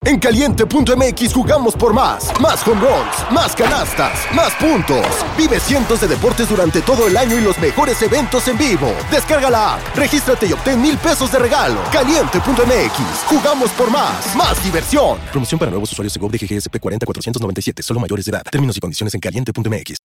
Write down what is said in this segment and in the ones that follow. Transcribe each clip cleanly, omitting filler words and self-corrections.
En Caliente.mx jugamos por más. Más home runs, más canastas, más puntos. Vive cientos de deportes durante todo el año y los mejores eventos en vivo. Descarga la app, regístrate y obtén $1,000 de regalo. Caliente.mx, jugamos por más. Más diversión. Promoción para nuevos usuarios de GOV de GGSP 40497, solo mayores de edad. Términos y condiciones en Caliente.mx.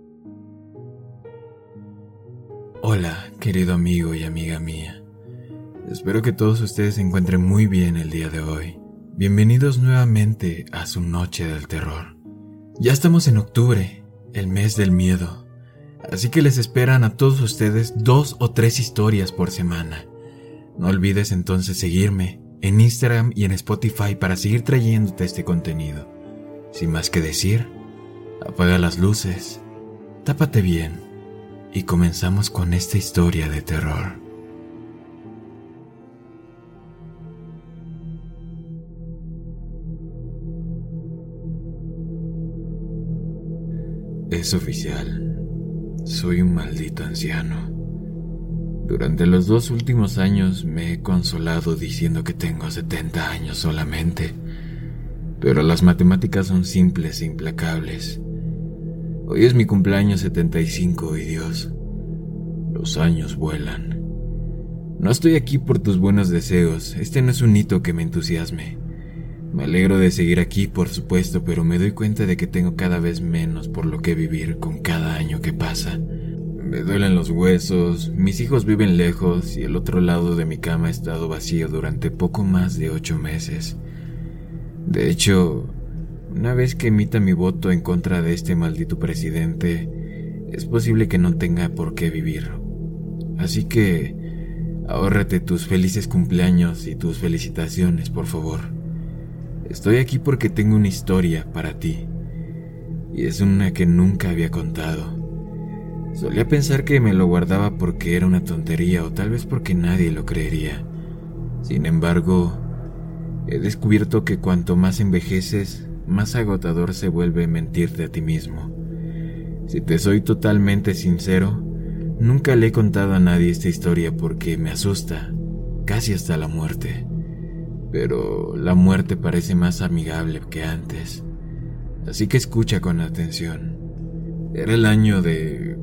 Hola, querido amigo y amiga mía. Espero que todos ustedes se encuentren muy bien el día de hoy. Bienvenidos nuevamente a su noche del terror. Ya estamos en octubre, el mes del miedo, así que les esperan a todos ustedes 2 o 3 historias por semana. No olvides entonces seguirme en Instagram y en Spotify para seguir trayéndote este contenido. Sin más que decir, apaga las luces, tápate bien y comenzamos con esta historia de terror. Es oficial, soy un maldito anciano. Durante los 2 últimos años me he consolado diciendo que tengo 70 años solamente, pero las matemáticas son simples e implacables. Hoy es mi cumpleaños 75 y Dios, los años vuelan. No estoy aquí por tus buenos deseos, este no es un hito que me entusiasme. Me alegro de seguir aquí, por supuesto, pero me doy cuenta de que tengo cada vez menos por lo que vivir con cada año que pasa. Me duelen los huesos, mis hijos viven lejos y el otro lado de mi cama ha estado vacío durante poco más de 8 meses. De hecho, una vez que emita mi voto en contra de este maldito presidente, es posible que no tenga por qué vivir. Así que, ahórrate tus felices cumpleaños y tus felicitaciones, por favor. Estoy aquí porque tengo una historia para ti, y es una que nunca había contado. Solía pensar que me lo guardaba porque era una tontería o tal vez porque nadie lo creería. Sin embargo, he descubierto que cuanto más envejeces, más agotador se vuelve mentirte a ti mismo. Si te soy totalmente sincero, nunca le he contado a nadie esta historia porque me asusta, casi hasta la muerte. Pero la muerte parece más amigable que antes, así que escucha con atención. Era el año de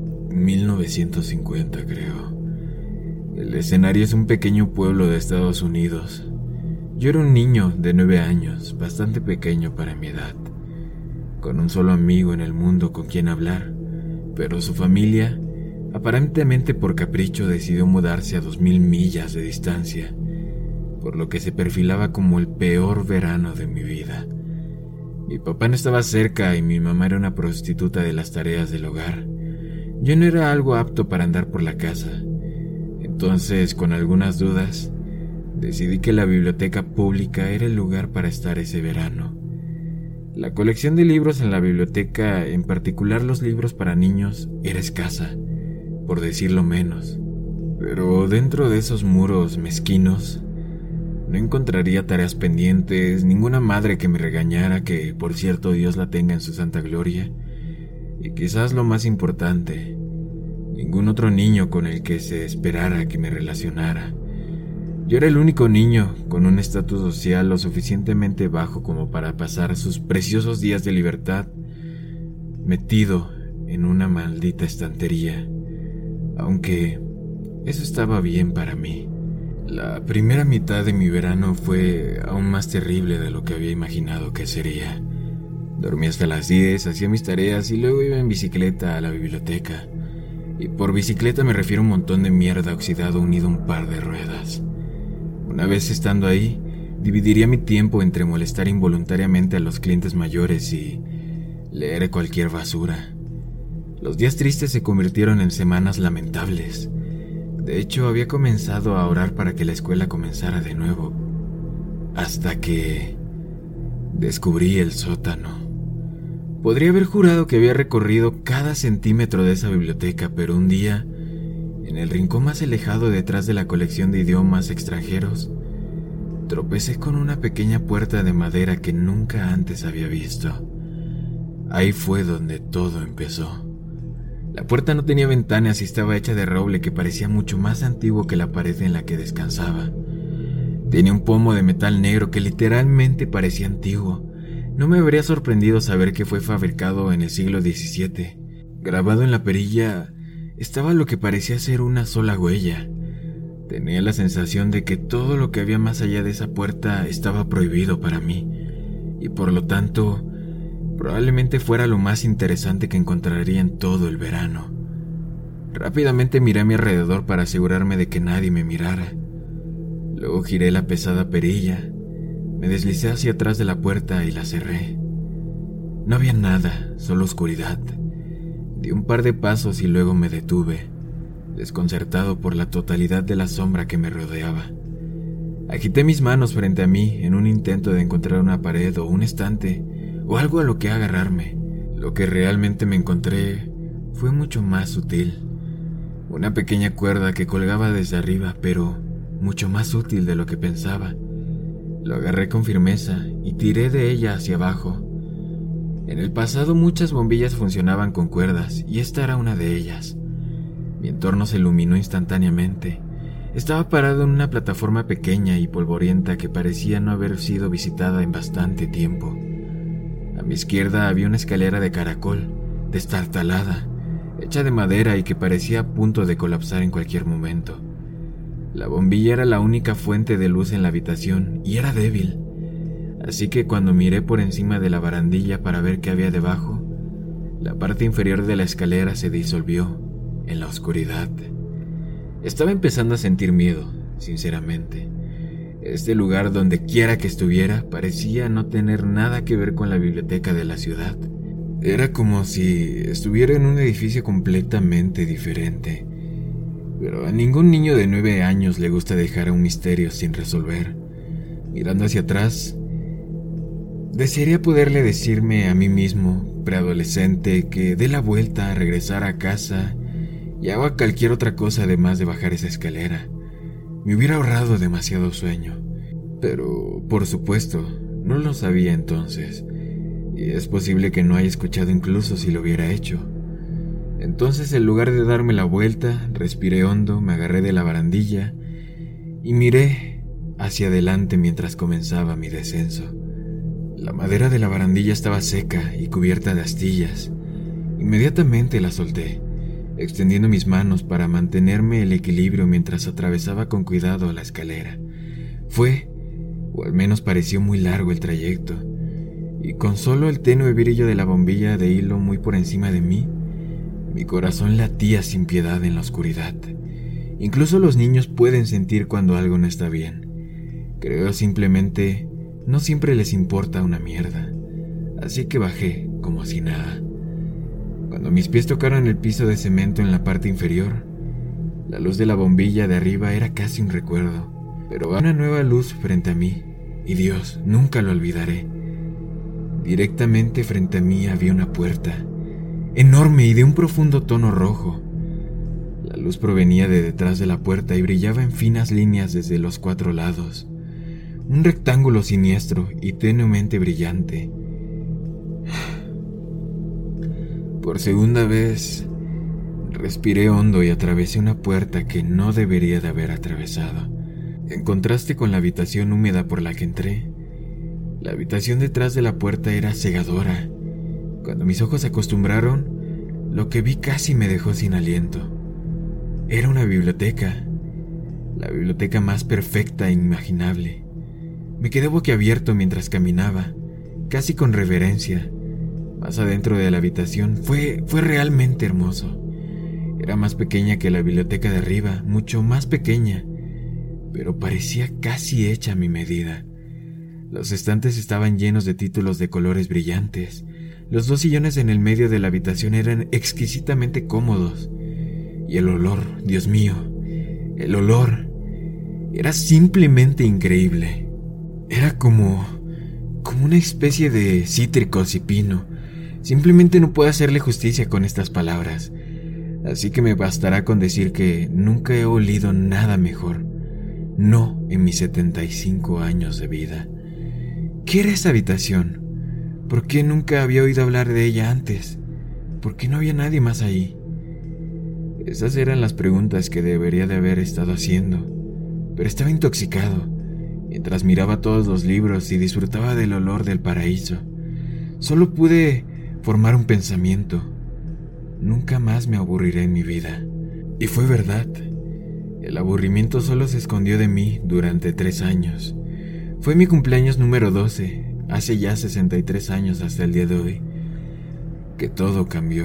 1950, creo. El escenario es un pequeño pueblo de Estados Unidos. Yo era un niño de 9 años, bastante pequeño para mi edad, con un solo amigo en el mundo con quien hablar, pero su familia, aparentemente por capricho, decidió mudarse a 2000 millas de distancia, por lo que se perfilaba como el peor verano de mi vida. Mi papá no estaba cerca y mi mamá era una prostituta de las tareas del hogar. Yo no era algo apto para andar por la casa. Entonces, con algunas dudas, decidí que la biblioteca pública era el lugar para estar ese verano. La colección de libros en la biblioteca, en particular los libros para niños, era escasa, por decirlo menos. Pero dentro de esos muros mezquinos, no encontraría tareas pendientes, ninguna madre que me regañara, que por cierto Dios la tenga en su santa gloria, y quizás lo más importante, ningún otro niño con el que se esperara que me relacionara. Yo era el único niño con un estatus social lo suficientemente bajo como para pasar sus preciosos días de libertad metido en una maldita estantería, aunque eso estaba bien para mí. La primera mitad de mi verano fue aún más terrible de lo que había imaginado que sería. Dormía hasta las 10, hacía mis tareas y luego iba en bicicleta a la biblioteca. Y por bicicleta me refiero a un montón de mierda oxidado unido a un par de ruedas. Una vez estando ahí, dividiría mi tiempo entre molestar involuntariamente a los clientes mayores y leer cualquier basura. Los días tristes se convirtieron en semanas lamentables. De hecho, había comenzado a orar para que la escuela comenzara de nuevo, hasta que descubrí el sótano. Podría haber jurado que había recorrido cada centímetro de esa biblioteca, pero un día, en el rincón más alejado detrás de la colección de idiomas extranjeros, tropecé con una pequeña puerta de madera que nunca antes había visto. Ahí fue donde todo empezó. La puerta no tenía ventanas y estaba hecha de roble que parecía mucho más antiguo que la pared en la que descansaba. Tenía un pomo de metal negro que literalmente parecía antiguo. No me habría sorprendido saber que fue fabricado en el siglo XVII. Grabado en la perilla estaba lo que parecía ser una sola huella. Tenía la sensación de que todo lo que había más allá de esa puerta estaba prohibido para mí, y por lo tanto, probablemente fuera lo más interesante que encontraría en todo el verano. Rápidamente miré a mi alrededor para asegurarme de que nadie me mirara. Luego giré la pesada perilla, me deslicé hacia atrás de la puerta y la cerré. No había nada, solo oscuridad. Di un par de pasos y luego me detuve, desconcertado por la totalidad de la sombra que me rodeaba. Agité mis manos frente a mí en un intento de encontrar una pared o un estante o algo a lo que agarrarme. Lo que realmente me encontré fue mucho más sutil. Una pequeña cuerda que colgaba desde arriba, pero mucho más útil de lo que pensaba. Lo agarré con firmeza y tiré de ella hacia abajo. En el pasado muchas bombillas funcionaban con cuerdas y esta era una de ellas. Mi entorno se iluminó instantáneamente. Estaba parado en una plataforma pequeña y polvorienta que parecía no haber sido visitada en bastante tiempo. A mi izquierda había una escalera de caracol, destartalada, hecha de madera y que parecía a punto de colapsar en cualquier momento. La bombilla era la única fuente de luz en la habitación y era débil, así que cuando miré por encima de la barandilla para ver qué había debajo, la parte inferior de la escalera se disolvió en la oscuridad. Estaba empezando a sentir miedo, sinceramente. Este lugar, donde quiera que estuviera, parecía no tener nada que ver con la biblioteca de la ciudad. Era como si estuviera en un edificio completamente diferente. Pero a ningún niño de 9 años le gusta dejar un misterio sin resolver. Mirando hacia atrás, desearía poderle decirme a mí mismo, preadolescente, que dé la vuelta, regresara a casa y haga cualquier otra cosa además de bajar esa escalera. Me hubiera ahorrado demasiado sueño. Pero, por supuesto, no lo sabía entonces, y es posible que no haya escuchado incluso si lo hubiera hecho. Entonces, en lugar de darme la vuelta, respiré hondo, me agarré de la barandilla y miré hacia adelante mientras comenzaba mi descenso. La madera de la barandilla estaba seca y cubierta de astillas. Inmediatamente la solté, extendiendo mis manos para mantenerme el equilibrio mientras atravesaba con cuidado la escalera. Fue, o al menos pareció muy largo el trayecto, y con solo el tenue brillo de la bombilla de hilo muy por encima de mí, mi corazón latía sin piedad en la oscuridad. Incluso los niños pueden sentir cuando algo no está bien. Creo simplemente no siempre les importa una mierda. Así que bajé como si nada. Cuando mis pies tocaron el piso de cemento en la parte inferior, la luz de la bombilla de arriba era casi un recuerdo, pero había una nueva luz frente a mí, y Dios, nunca lo olvidaré. Directamente frente a mí había una puerta, enorme y de un profundo tono rojo. La luz provenía de detrás de la puerta y brillaba en finas líneas desde los 4 lados. Un rectángulo siniestro y tenuemente brillante. Por segunda vez, respiré hondo y atravesé una puerta que no debería de haber atravesado. En contraste con la habitación húmeda por la que entré, la habitación detrás de la puerta era cegadora. Cuando mis ojos se acostumbraron, lo que vi casi me dejó sin aliento. Era una biblioteca, la biblioteca más perfecta e inimaginable. Me quedé boquiabierto mientras caminaba, casi con reverencia. Más adentro de la habitación fue realmente hermoso. Era más pequeña que la biblioteca de arriba, mucho más pequeña, pero parecía casi hecha a mi medida. Los estantes estaban llenos de títulos de colores brillantes. Los 2 sillones en el medio de la habitación eran exquisitamente cómodos. Y el olor, Dios mío, el olor era simplemente increíble. Era como una especie de cítricos y pino. Simplemente no puedo hacerle justicia con estas palabras, así que me bastará con decir que nunca he olido nada mejor. No en mis 75 años de vida. ¿Qué era esa habitación? ¿Por qué nunca había oído hablar de ella antes? ¿Por qué no había nadie más ahí? Esas eran las preguntas que debería de haber estado haciendo, pero estaba intoxicado mientras miraba todos los libros y disfrutaba del olor del paraíso. Solo pude formar un pensamiento: nunca más me aburriré en mi vida. Y fue verdad. El aburrimiento solo se escondió de mí durante 3 años. Fue mi cumpleaños número 12, hace ya 63 años hasta el día de hoy, que todo cambió.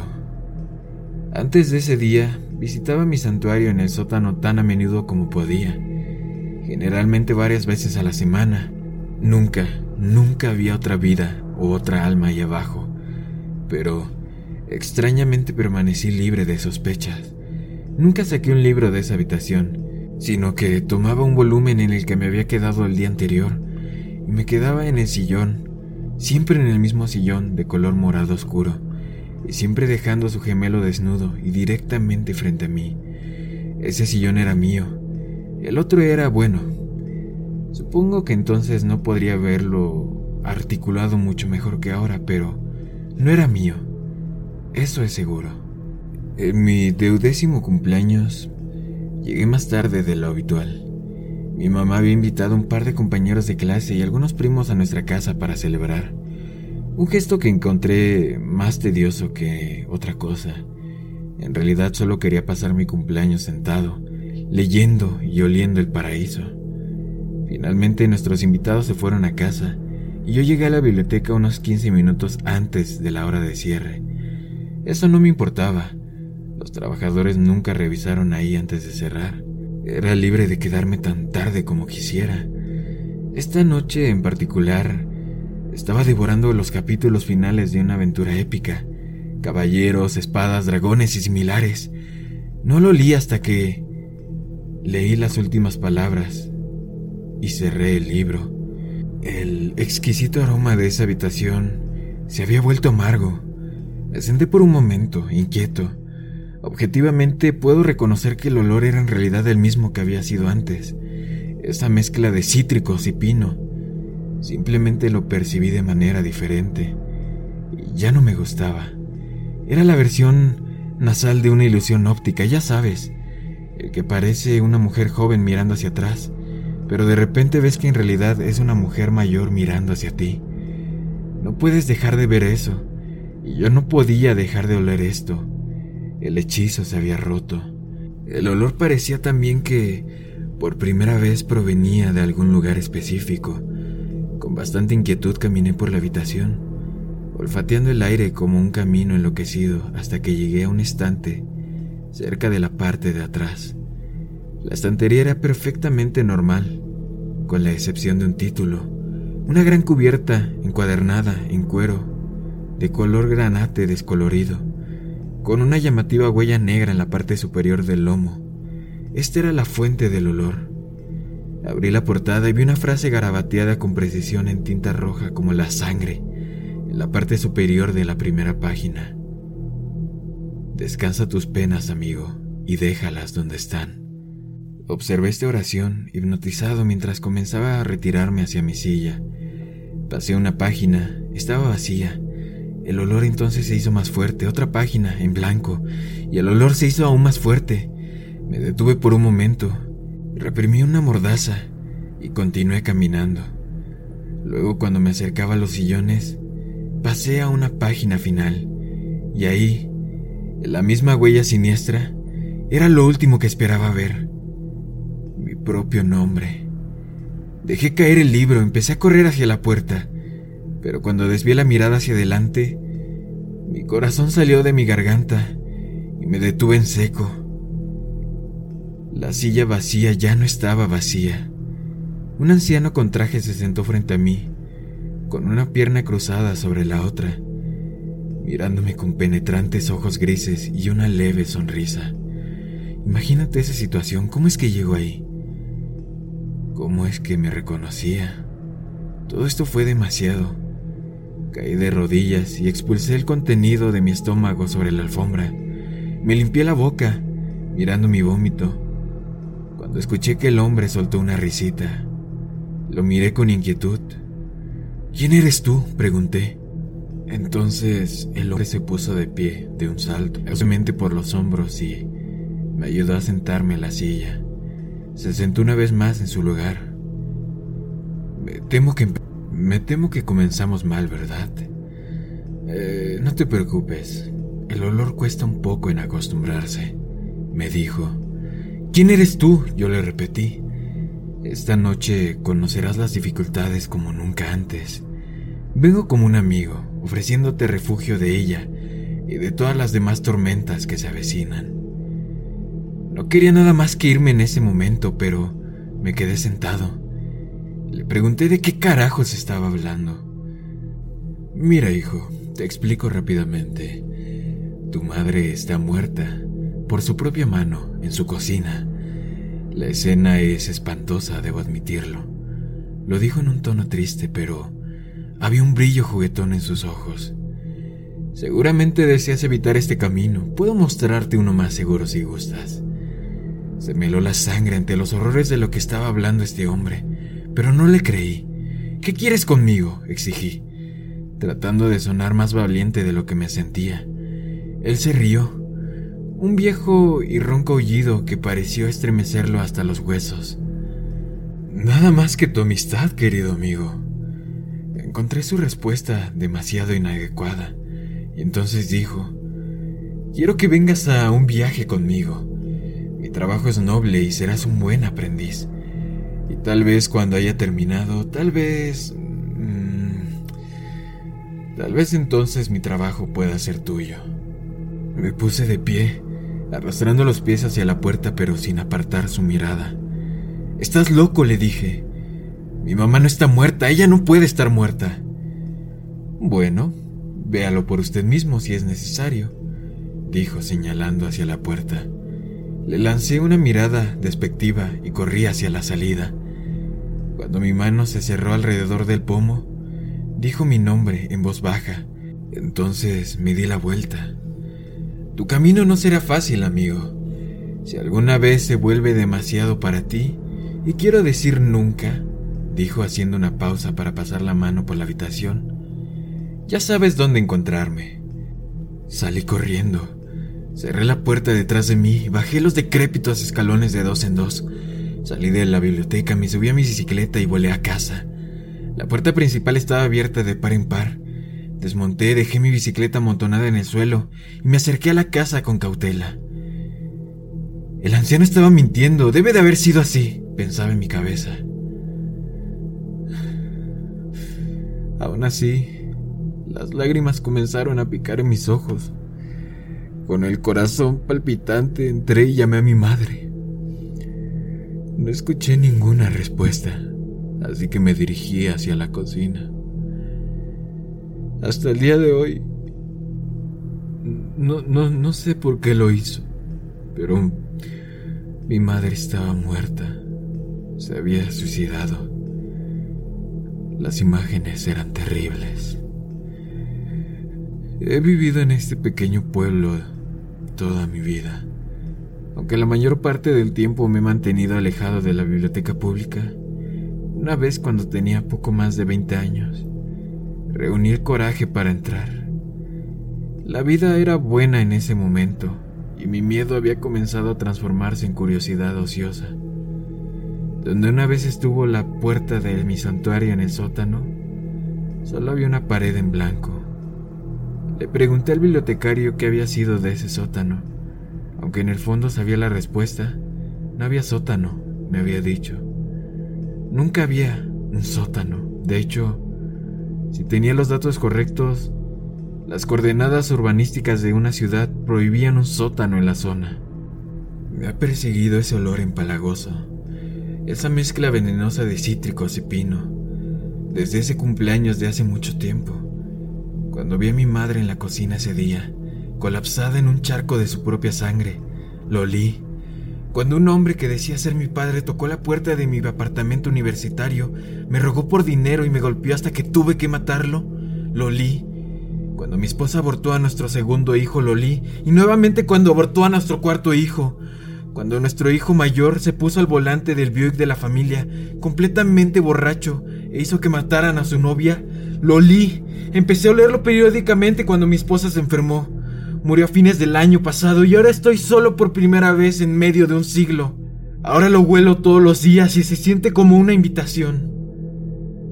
Antes de ese día, visitaba mi santuario en el sótano tan a menudo como podía, generalmente varias veces a la semana. Nunca había otra vida o otra alma ahí abajo, pero extrañamente permanecí libre de sospechas. Nunca saqué un libro de esa habitación, sino que tomaba un volumen en el que me había quedado el día anterior y me quedaba en el sillón, siempre en el mismo sillón de color morado oscuro, y siempre dejando a su gemelo desnudo y directamente frente a mí. Ese sillón era mío, el otro era bueno. Supongo que entonces no podría haberlo articulado mucho mejor que ahora, pero no era mío, eso es seguro. En mi 10º cumpleaños llegué más tarde de lo habitual. Mi mamá había invitado a un par de compañeros de clase y algunos primos a nuestra casa para celebrar. Un gesto que encontré más tedioso que otra cosa. En realidad solo quería pasar mi cumpleaños sentado, leyendo y oliendo el paraíso. Finalmente nuestros invitados se fueron a casa y yo llegué a la biblioteca unos 15 minutos antes de la hora de cierre. Eso no me importaba. Los trabajadores nunca revisaron ahí antes de cerrar. Era libre de quedarme tan tarde como quisiera. Esta noche en particular estaba devorando los capítulos finales de una aventura épica. Caballeros, espadas, dragones y similares. No lo leí hasta que leí las últimas palabras y cerré el libro. El exquisito aroma de esa habitación se había vuelto amargo. Me senté por un momento, inquieto. Objetivamente puedo reconocer que el olor era en realidad el mismo que había sido antes. Esa mezcla de cítricos y pino. Simplemente lo percibí de manera diferente. Y ya no me gustaba. Era la versión nasal de una ilusión óptica, ya sabes. El que parece una mujer joven mirando hacia atrás, pero de repente ves que en realidad es una mujer mayor mirando hacia ti. No puedes dejar de ver eso. Y yo no podía dejar de oler esto. El hechizo se había roto. El olor parecía también que, por primera vez, provenía de algún lugar específico. Con bastante inquietud caminé por la habitación, olfateando el aire como un camino enloquecido hasta que llegué a un estante cerca de la parte de atrás. La estantería era perfectamente normal, con la excepción de un título, una gran cubierta encuadernada en cuero, de color granate descolorido, con una llamativa huella negra en la parte superior del lomo. Esta era la fuente del olor. Abrí la portada y vi una frase garabateada con precisión en tinta roja como la sangre, en la parte superior de la primera página. Descansa tus penas, amigo, y déjalas donde están. Observé esta oración, hipnotizado, mientras comenzaba a retirarme hacia mi silla. Pasé una página, estaba vacía. El olor entonces se hizo más fuerte, otra página, en blanco, y el olor se hizo aún más fuerte. Me detuve por un momento, reprimí una mordaza y continué caminando. Luego, cuando me acercaba a los sillones, pasé a una página final, y ahí, la misma huella siniestra, era lo último que esperaba ver. Mi propio nombre. Dejé caer el libro, empecé a correr hacia la puerta, pero cuando desvié la mirada hacia adelante, mi corazón salió de mi garganta y me detuve en seco. La silla vacía ya no estaba vacía. Un anciano con traje se sentó frente a mí, con una pierna cruzada sobre la otra, mirándome con penetrantes ojos grises y una leve sonrisa. Imagínate esa situación, ¿cómo es que llegó ahí? ¿Cómo es que me reconocía? Todo esto fue demasiado. Caí de rodillas y expulsé el contenido de mi estómago sobre la alfombra. Me limpié la boca, mirando mi vómito, cuando escuché que el hombre soltó una risita. Lo miré con inquietud. ¿Quién eres tú?, pregunté. Entonces el hombre se puso de pie de un salto, suavemente por los hombros, y me ayudó a sentarme en la silla. Se sentó una vez más en su lugar. Me temo que comenzamos mal, ¿verdad? No te preocupes. El olor cuesta un poco en acostumbrarse, me dijo. ¿Quién eres tú?, yo le repetí. Esta noche conocerás las dificultades como nunca antes. Vengo como un amigo, ofreciéndote refugio de ella y de todas las demás tormentas que se avecinan. No quería nada más que irme en ese momento, pero me quedé sentado. Le pregunté de qué carajos estaba hablando. Mira, hijo, te explico rápidamente. Tu madre está muerta, por su propia mano, en su cocina. La escena es espantosa, debo admitirlo. Lo dijo en un tono triste, pero había un brillo juguetón en sus ojos. Seguramente deseas evitar este camino. Puedo mostrarte uno más seguro si gustas. Se me heló la sangre ante los horrores de lo que estaba hablando este hombre, pero no le creí. ¿Qué quieres conmigo?, exigí, tratando de sonar más valiente de lo que me sentía. Él se rió, un viejo y ronco aullido que pareció estremecerlo hasta los huesos. Nada más que tu amistad, querido amigo. Encontré su respuesta demasiado inadecuada, y entonces dijo: quiero que vengas a un viaje conmigo. Mi trabajo es noble y serás un buen aprendiz. Y tal vez cuando haya terminado, tal vez entonces mi trabajo pueda ser tuyo. Me puse de pie, arrastrando los pies hacia la puerta, pero sin apartar su mirada. Estás loco, le dije. Mi mamá no está muerta, ella no puede estar muerta. Bueno, véalo por usted mismo si es necesario, dijo señalando hacia la puerta. Le lancé una mirada despectiva y corrí hacia la salida. Cuando mi mano se cerró alrededor del pomo, dijo mi nombre en voz baja. Entonces me di la vuelta. Tu camino no será fácil, amigo. Si alguna vez se vuelve demasiado para ti, y quiero decir nunca, dijo haciendo una pausa para pasar la mano por la habitación, ya sabes dónde encontrarme. Salí corriendo. Cerré la puerta detrás de mí, bajé los decrépitos escalones de 2 en 2. Salí de la biblioteca, me subí a mi bicicleta y volé a casa. La puerta principal estaba abierta de par en par. Desmonté, dejé mi bicicleta amontonada en el suelo y me acerqué a la casa con cautela. El anciano estaba mintiendo, debe de haber sido así, pensaba en mi cabeza. Aún así, las lágrimas comenzaron a picar en mis ojos. Con el corazón palpitante entré y llamé a mi madre. No escuché ninguna respuesta, así que me dirigí hacia la cocina. Hasta el día de hoy, no sé por qué lo hizo, pero mi madre estaba muerta. Se había suicidado. Las imágenes eran terribles. He vivido en este pequeño pueblo toda mi vida. Aunque la mayor parte del tiempo me he mantenido alejado de la biblioteca pública, una vez cuando tenía poco más de 20 años, reuní el coraje para entrar. La vida era buena en ese momento, y mi miedo había comenzado a transformarse en curiosidad ociosa. Donde una vez estuvo la puerta de mi santuario en el sótano, solo había una pared en blanco. Le pregunté al bibliotecario qué había sido de ese sótano. Aunque en el fondo sabía la respuesta, no había sótano, me había dicho. Nunca había un sótano. De hecho, si tenía los datos correctos, las coordenadas urbanísticas de una ciudad prohibían un sótano en la zona. Me ha perseguido ese olor empalagoso, esa mezcla venenosa de cítricos y pino, desde ese cumpleaños de hace mucho tiempo. Cuando vi a mi madre en la cocina ese día, colapsada en un charco de su propia sangre, lo olí. Cuando un hombre que decía ser mi padre tocó la puerta de mi apartamento universitario, me rogó por dinero y me golpeó hasta que tuve que matarlo, lo olí. Cuando mi esposa abortó a nuestro segundo hijo, lo olí. Y nuevamente cuando abortó a nuestro cuarto hijo. Cuando nuestro hijo mayor se puso al volante del Buick de la familia, completamente borracho, e hizo que mataran a su novia, lo olí. Empecé a olerlo periódicamente cuando mi esposa se enfermó. Murió a fines del año pasado y ahora estoy solo por primera vez en medio de un siglo. Ahora lo huelo todos los días y se siente como una invitación.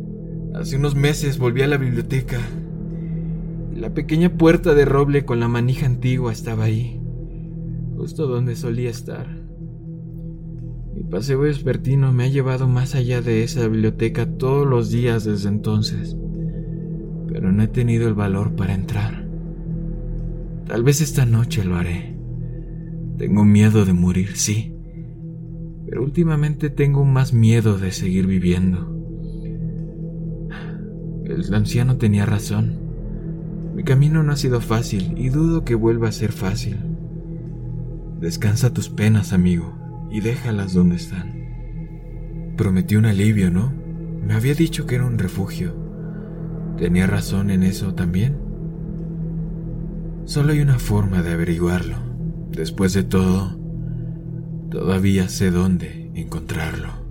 Hace unos meses volví a la biblioteca y la pequeña puerta de roble con la manija antigua estaba ahí, justo donde solía estar. Mi paseo vespertino me ha llevado más allá de esa biblioteca todos los días desde entonces, pero no he tenido el valor para entrar. Tal vez esta noche lo haré. Tengo miedo de morir, sí, pero últimamente tengo más miedo de seguir viviendo. El anciano tenía razón. Mi camino no ha sido fácil y dudo que vuelva a ser fácil. Descansa tus penas, amigo, y déjalas donde están. Prometí un alivio, ¿no? Me había dicho que era un refugio. ¿Tenía razón en eso también? Solo hay una forma de averiguarlo. Después de todo, todavía sé dónde encontrarlo.